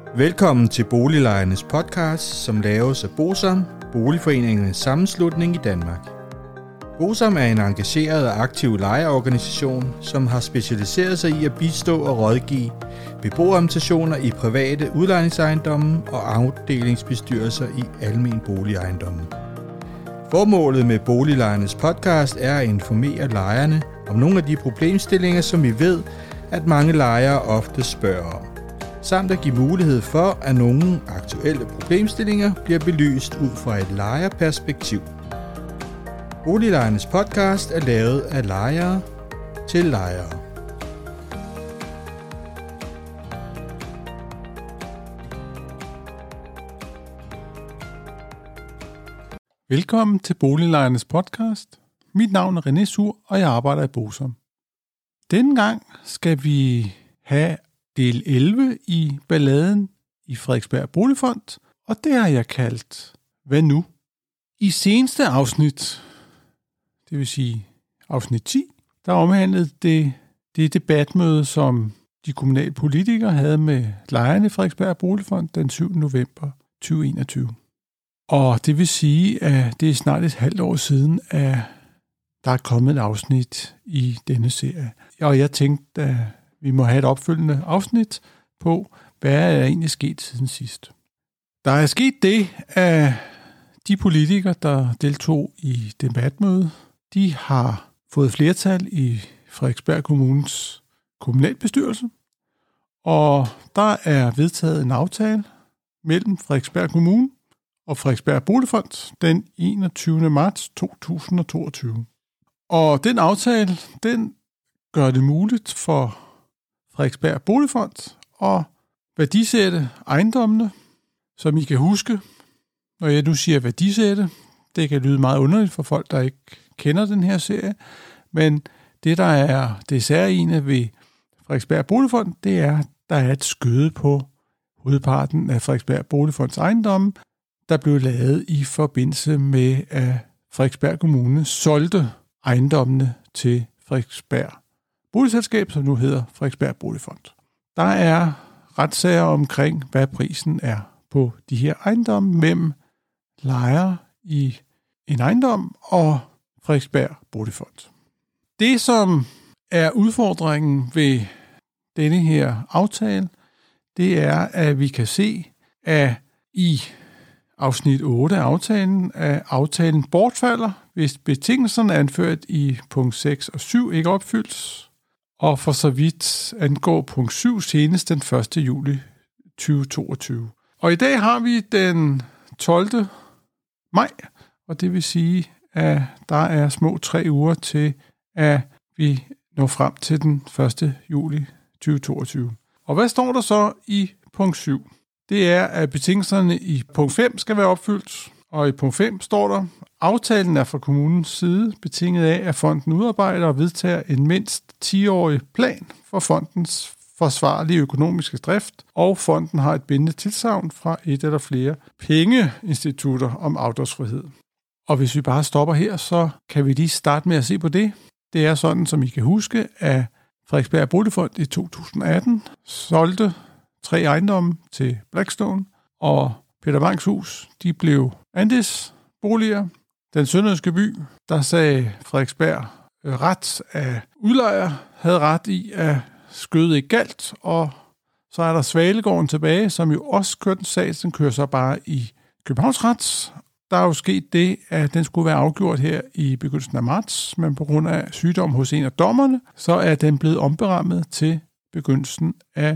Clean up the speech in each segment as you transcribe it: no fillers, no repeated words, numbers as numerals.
Velkommen til Boliglejernes podcast, som laves af BOSAM, Boligforeningernes Sammenslutning i Danmark. BOSAM er en engageret og aktiv lejerorganisation, som har specialiseret sig i at bistå og rådgive beboerrepræsentationer i private udlejningsejendomme og afdelingsbestyrelser i almen boligejendomme. Formålet med Boliglejernes podcast er at informere lejerne om nogle af de problemstillinger, som vi ved, at mange lejere ofte spørger om, samt at give mulighed for, at nogle aktuelle problemstillinger bliver belyst ud fra et lejerperspektiv. Boliglejernes podcast er lavet af lejere til lejere. Velkommen til Boliglejernes podcast. Mit navn er René Sur, og jeg arbejder i BOSAM. Denne gang skal vi have del 11 i balladen i Frederiksberg Boligfond, og det har jeg kaldt Hvad nu? I seneste afsnit, det vil sige afsnit 10, der omhandlede det debatmøde, som de kommunale politikere havde med lejerne i Frederiksberg Boligfond den 7. november 2021. Og det vil sige, at det er snart et halvt år siden, at der er kommet et afsnit i denne serie. Og jeg tænkte, at vi må have et opfølgende afsnit på, hvad er der egentlig sket siden sidst. Der er sket det, at de politikere, der deltog i debatmødet, de har fået flertal i Frederiksberg Kommunes kommunalbestyrelse, og der er vedtaget en aftale mellem Frederiksberg Kommune og Frederiksberg Boligfond den 21. marts 2022. Og den aftale, den gør det muligt for Frederiksberg Boligfond at værdisætte ejendommene, som I kan huske. Når jeg nu siger værdisætte, det kan lyde meget underligt for folk, der ikke kender den her serie, men det, der er det særlige ved Frederiksberg Boligfond, det er, at der er et skøde på hovedparten af Frederiksberg Boligfonds ejendomme, der blev lavet i forbindelse med, at Frederiksberg Kommune solgte ejendommene til Frederiksberg Boligselskab, som nu hedder Frederiksberg Boligfond. Der er retssager omkring, hvad prisen er på de her ejendomme mellem lejere i en ejendom og Frederiksberg Boligfond. Det, som er udfordringen ved denne her aftale, det er, at vi kan se, at i afsnit 8 af aftalen, at aftalen bortfalder, hvis betingelserne anført i punkt 6 og 7 ikke opfyldes, og for så vidt angår punkt 7 senest den 1. juli 2022. Og i dag har vi den 12. maj, og det vil sige, at der er små 3 uger til, at vi når frem til den 1. juli 2022. Og hvad står der så i punkt 7? Det er, at betingelserne i punkt 5 skal være opfyldt, og i punkt 5 står der, aftalen er fra kommunens side betinget af, at fonden udarbejder og vedtager en mindst 10-årig plan for fondens forsvarlige økonomiske drift, og fonden har et bindende tilsagn fra et eller flere pengeinstitutter om afdragsfrihed. Og hvis vi bare stopper her, så kan vi lige starte med at se på det. Det er sådan, som I kan huske, at Frederiksberg Boligfond i 2018 solgte 3 ejendomme til Blackstone, og Peter Bangs hus, de blev andelsboliger. Den sønderjyske by, der sagde Frederiksberg ret af udlejer, havde ret i, at skødet ikke galt, og så er der Svalegården tilbage, som jo også kørte en sag, den kører så bare i Københavnsret. Der er jo sket det, at den skulle være afgjort her i begyndelsen af marts, men på grund af sygdom hos en af dommerne, så er den blevet omberammet til begyndelsen af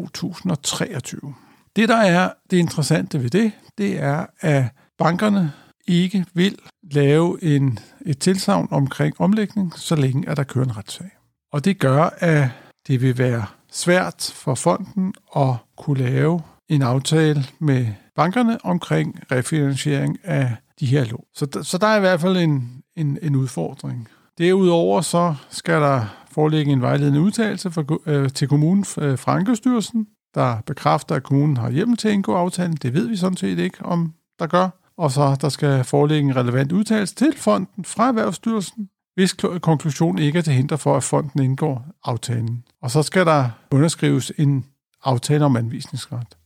2023. Det, der er det interessante ved det er, at bankerne ikke vil lave et tilsagn omkring omlægning, så længe at der kører en retssag. Og det gør, at det vil være svært for fonden at kunne lave en aftale med bankerne omkring refinansiering af de her lån. Så der er i hvert fald en udfordring. Derudover så skal der foreligge en vejledende udtalelse til kommunen fra Ankestyrelsen, der bekræfter, at kommunen har hjemmel til at indgå aftalen. Det ved vi sådan set ikke, om der gør. Og så der skal foreligge en relevant udtalelse til fonden fra Erhvervsstyrelsen, hvis konklusionen ikke er til hinder for, at fonden indgår aftalen. Og så skal der underskrives en aftale om anvisningsret.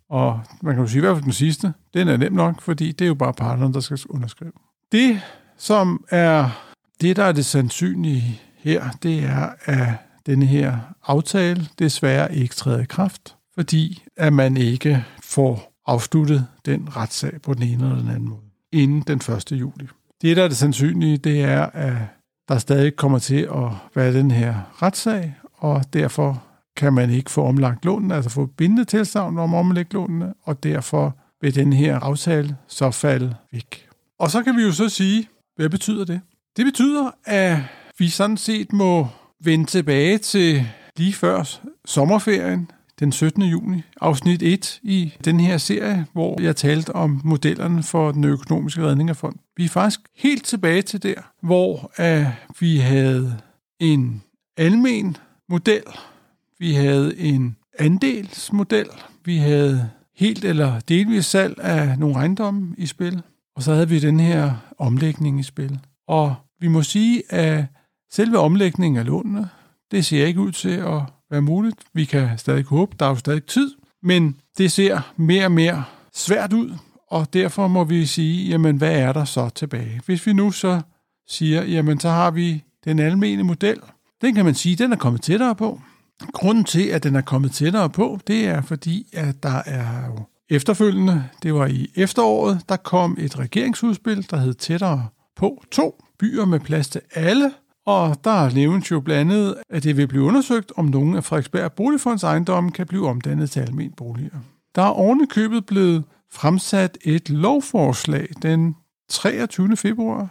Og man kan jo sige, i hvert fald den sidste, den er nem nok, fordi det er jo bare partneren, der skal underskrive. Det, som er det, der er det sandsynlige her, det er, at denne her aftale desværre ikke træder i kraft, fordi at man ikke får afsluttet den retssag på den ene eller den anden måde inden den 1. juli. Det, der er det sandsynlige, det er, at der stadig kommer til at være den her retssag, og derfor kan man ikke få omlagt lånene, altså få bindende tilsagn om omlægge lånene, og derfor vil den her aftale så falde væk. Og så kan vi jo så sige, hvad betyder det? Det betyder, at vi sådan set må vende tilbage til lige før sommerferien, den 17. juni, afsnit 1 i den her serie, hvor jeg talte om modellerne for den økonomiske redning af fonden. Vi er faktisk helt tilbage til der, hvor vi havde en almen model, vi havde en andelsmodel, vi havde helt eller delvis salg af nogle ejendomme i spil, og så havde vi den her omlægning i spil. Og vi må sige, at selve omlægningen af lånene, det ser ikke ud til at være muligt. Vi kan stadig håbe, der er jo stadig tid, men det ser mere og mere svært ud, og derfor må vi sige, jamen hvad er der så tilbage? Hvis vi nu så siger, jamen så har vi den almene model, den kan man sige, den er kommet tættere på. Grunden til, at den er kommet tættere på, det er fordi, at der er jo efterfølgende, det var i efteråret, der kom et regeringsudspil, der hed Tættere på 2, byer med plads til alle, og der nævnes jo blandt andet, at det vil blive undersøgt, om nogle af Frederiksberg Boligfonds ejendomme kan blive omdannet til almene boliger. Der er ovenikøbet blevet fremsat et lovforslag den 23. februar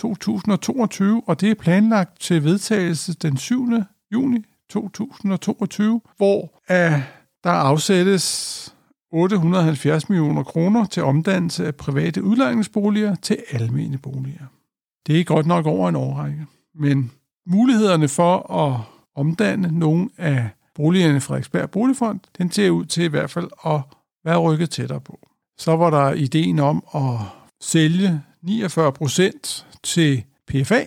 2022, og det er planlagt til vedtagelse den 7. juni 2022, hvor der afsættes 870 millioner kroner til omdannelse af private udlejningsboliger til almene boliger. Det er godt nok over en årrække, men mulighederne for at omdanne nogle af boligerne i Frederiksberg Boligfond, den ser ud til i hvert fald at være rykket tættere på. Så var der ideen om at sælge 49% til PFA,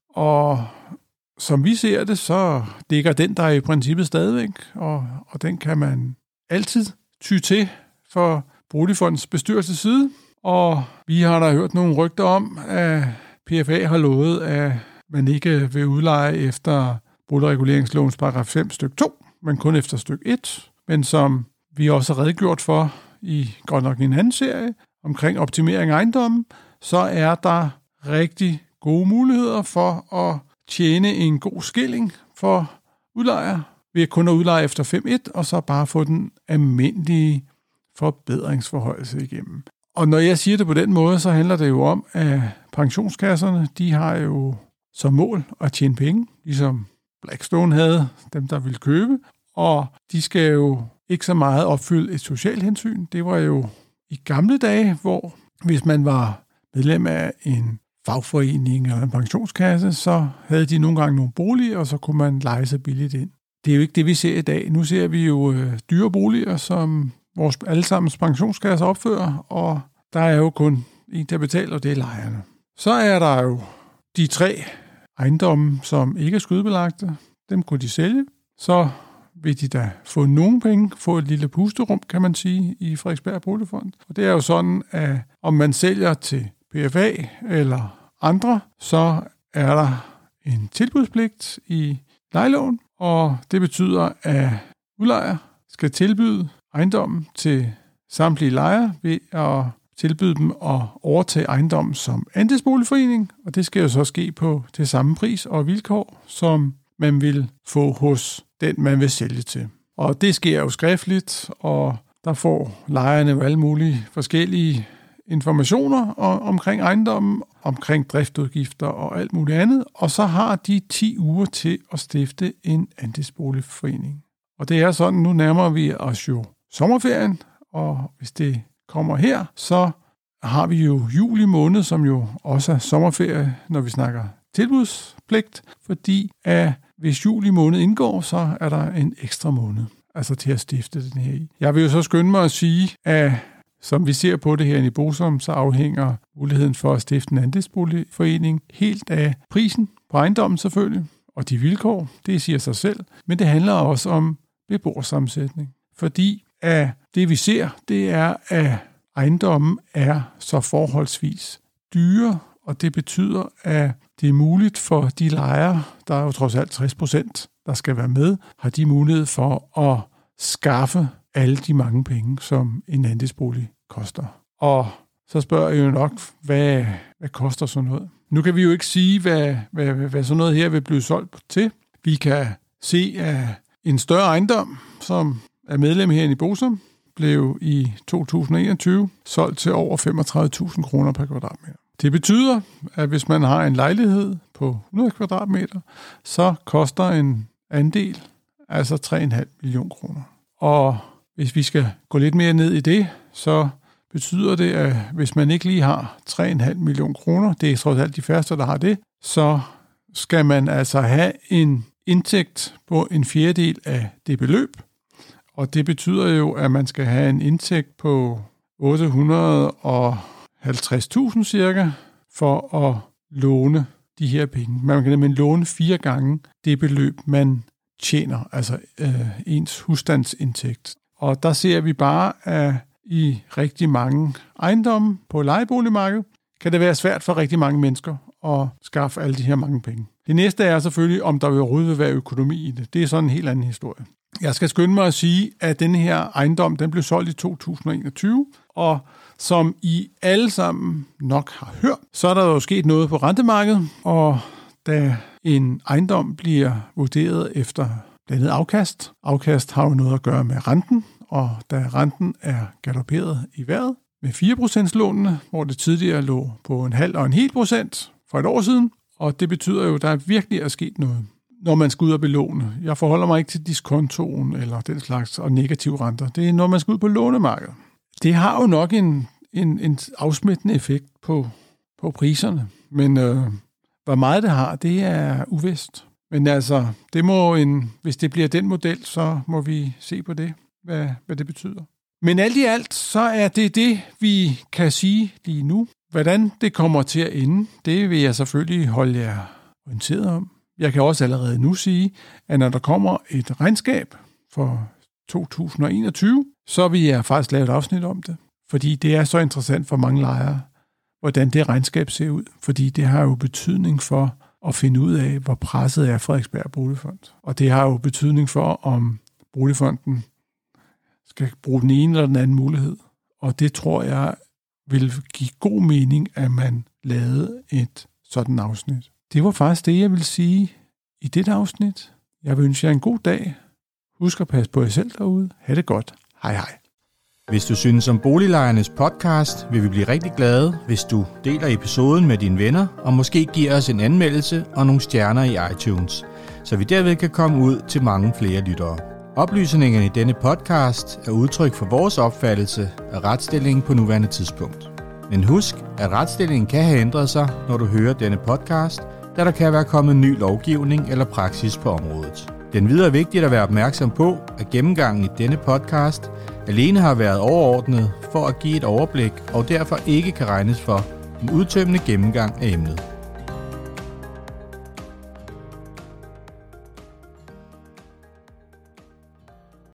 og som vi ser det, så ligger den der i princippet stadigvæk, og den kan man altid ty til for Boligfondens bestyrelses side. Og vi har da hørt nogle rygter om, at PFA har lovet, at man ikke vil udleje efter boligreguleringslovens paragraf 5 stykke 2, men kun efter stykke 1. Men som vi også har redegjort for i godt nok en anden serie omkring optimering af ejendommen, så er der rigtig gode muligheder for at tjene en god skilling for udlejer ved kun at udleje efter 5.1, og så bare få den almindelige forbedringsforhøjelse igennem. Og når jeg siger det på den måde, så handler det jo om, at pensionskasserne, de har jo som mål at tjene penge, ligesom Blackstone havde, dem der ville købe, og de skal jo ikke så meget opfylde et socialt hensyn. Det var jo i gamle dage, hvor hvis man var medlem af en fagforening eller en pensionskasse, så havde de nogle gange nogle boliger, og så kunne man leje sig billigt ind. Det er jo ikke det, vi ser i dag. Nu ser vi jo dyre boliger, som vores allesammens pensionskasser opfører, og der er jo kun en, der betaler, og det er lejerne. Så er der jo de 3 ejendomme, som ikke er skydebelagte. Dem kunne de sælge. Så vil de da få nogle penge, få et lille pusterum, kan man sige, i Frederiksberg Boligfond. Og det er jo sådan, at om man sælger til PFA eller andre, så er der en tilbudspligt i lejelån, og det betyder, at udlejer skal tilbyde ejendommen til samtlige lejere ved at tilbyde dem at overtage ejendommen som andelsboligforening, og det skal jo så ske på til samme pris og vilkår, som man vil få hos den, man vil sælge til. Og det sker jo skriftligt, og der får lejerne jo alle mulige forskellige informationer omkring ejendommen, omkring driftudgifter og alt muligt andet, og så har de 10 uger til at stifte en andelsboligforening. Og det er sådan, nu nærmer vi os jo sommerferien, og hvis det kommer her, så har vi jo juli måned, som jo også er sommerferie, når vi snakker tilbudspligt, fordi at hvis juli måned indgår, så er der en ekstra måned, altså til at stifte den her i. Jeg vil jo så skynde mig at sige, at som vi ser på det her i Bosom, så afhænger muligheden for at stifte en andelsboligforening helt af prisen på ejendommen selvfølgelig, og de vilkår, det siger sig selv, men det handler også om beboersammensætning. Fordi af det, vi ser, det er, at ejendommen er så forholdsvis dyre, og det betyder, at det er muligt for de lejere, der er jo trods alt 60%, der skal være med, har de mulighed for at skaffe alle de mange penge, som en andelsbolig koster. Og så spørger jeg jo nok, hvad koster sådan noget? Nu kan vi jo ikke sige, hvad sådan noget her vil blive solgt til. Vi kan se, at en større ejendom, som er medlem her i Bosom, blev i 2021 solgt til over 35.000 kroner per kvadratmeter. Det betyder, at hvis man har en lejlighed på 100 kvadratmeter, så koster en andel altså 3,5 millioner kroner. Og hvis vi skal gå lidt mere ned i det, så betyder det, at hvis man ikke lige har 3,5 millioner kroner, det er trods alt de færreste, der har det, så skal man altså have en indtægt på en fjerdedel af det beløb. Og det betyder jo, at man skal have en indtægt på 850.000 cirka, for at låne de her penge. Man kan nemlig låne 4 gange det beløb, man tjener, altså ens husstandsindtægt. Og der ser vi bare, at i rigtig mange ejendomme på lejeboligmarkedet, kan det være svært for rigtig mange mennesker at skaffe alle de her mange penge. Det næste er selvfølgelig, om der overhovedet vil være økonomi i det. Det er sådan en helt anden historie. Jeg skal skynde mig at sige, at denne her ejendom, den blev solgt i 2021, og som I alle sammen nok har hørt, så er der jo sket noget på rentemarkedet, og da en ejendom bliver vurderet efter blandt andet afkast har jo noget at gøre med renten, og da renten er galopperet i vejret med 4%-lånene, hvor det tidligere lå på 0,5% og 1% for et år siden, og det betyder jo, at der virkelig er sket noget, når man skal ud og belåne. Jeg forholder mig ikke til diskontoen eller den slags og negative renter. Det er, når man skal ud på lånemarkedet. Det har jo nok en afsmittende effekt på priserne, men hvor meget det har, det er uvist. Men altså, hvis det bliver den model, så må vi se på det, hvad det betyder. Men alt i alt, så er det, vi kan sige lige nu. Hvordan det kommer til at ende, det vil jeg selvfølgelig holde jer orienteret om. Jeg kan også allerede nu sige, at når der kommer et regnskab for 2021, så vil jeg faktisk lave et afsnit om det. Fordi det er så interessant for mange lejere, hvordan det regnskab ser ud. Fordi det har jo betydning for at finde ud af, hvor presset er Frederiksberg Boligfond. Og det har jo betydning for, om Boligfonden skal bruge den ene eller den anden mulighed. Og det tror jeg vil give god mening, at man lavede et sådan afsnit. Det var faktisk det, jeg vil sige i dette afsnit. Jeg vil ønske jer en god dag. Husk at passe på jer selv derude. Ha' det godt. Hej hej. Hvis du synes om Boliglejernes podcast, vil vi blive rigtig glade, hvis du deler episoden med dine venner, og måske giver os en anmeldelse og nogle stjerner i iTunes, så vi derved kan komme ud til mange flere lyttere. Oplysningerne i denne podcast er udtryk for vores opfattelse af retsstillingen på nuværende tidspunkt. Men husk, at retsstillingen kan have ændret sig, når du hører denne podcast, da der kan være kommet ny lovgivning eller praksis på området. Den videre er vigtigt at være opmærksom på, at gennemgangen i denne podcast alene har været overordnet for at give et overblik og derfor ikke kan regnes for en udtømmende gennemgang af emnet.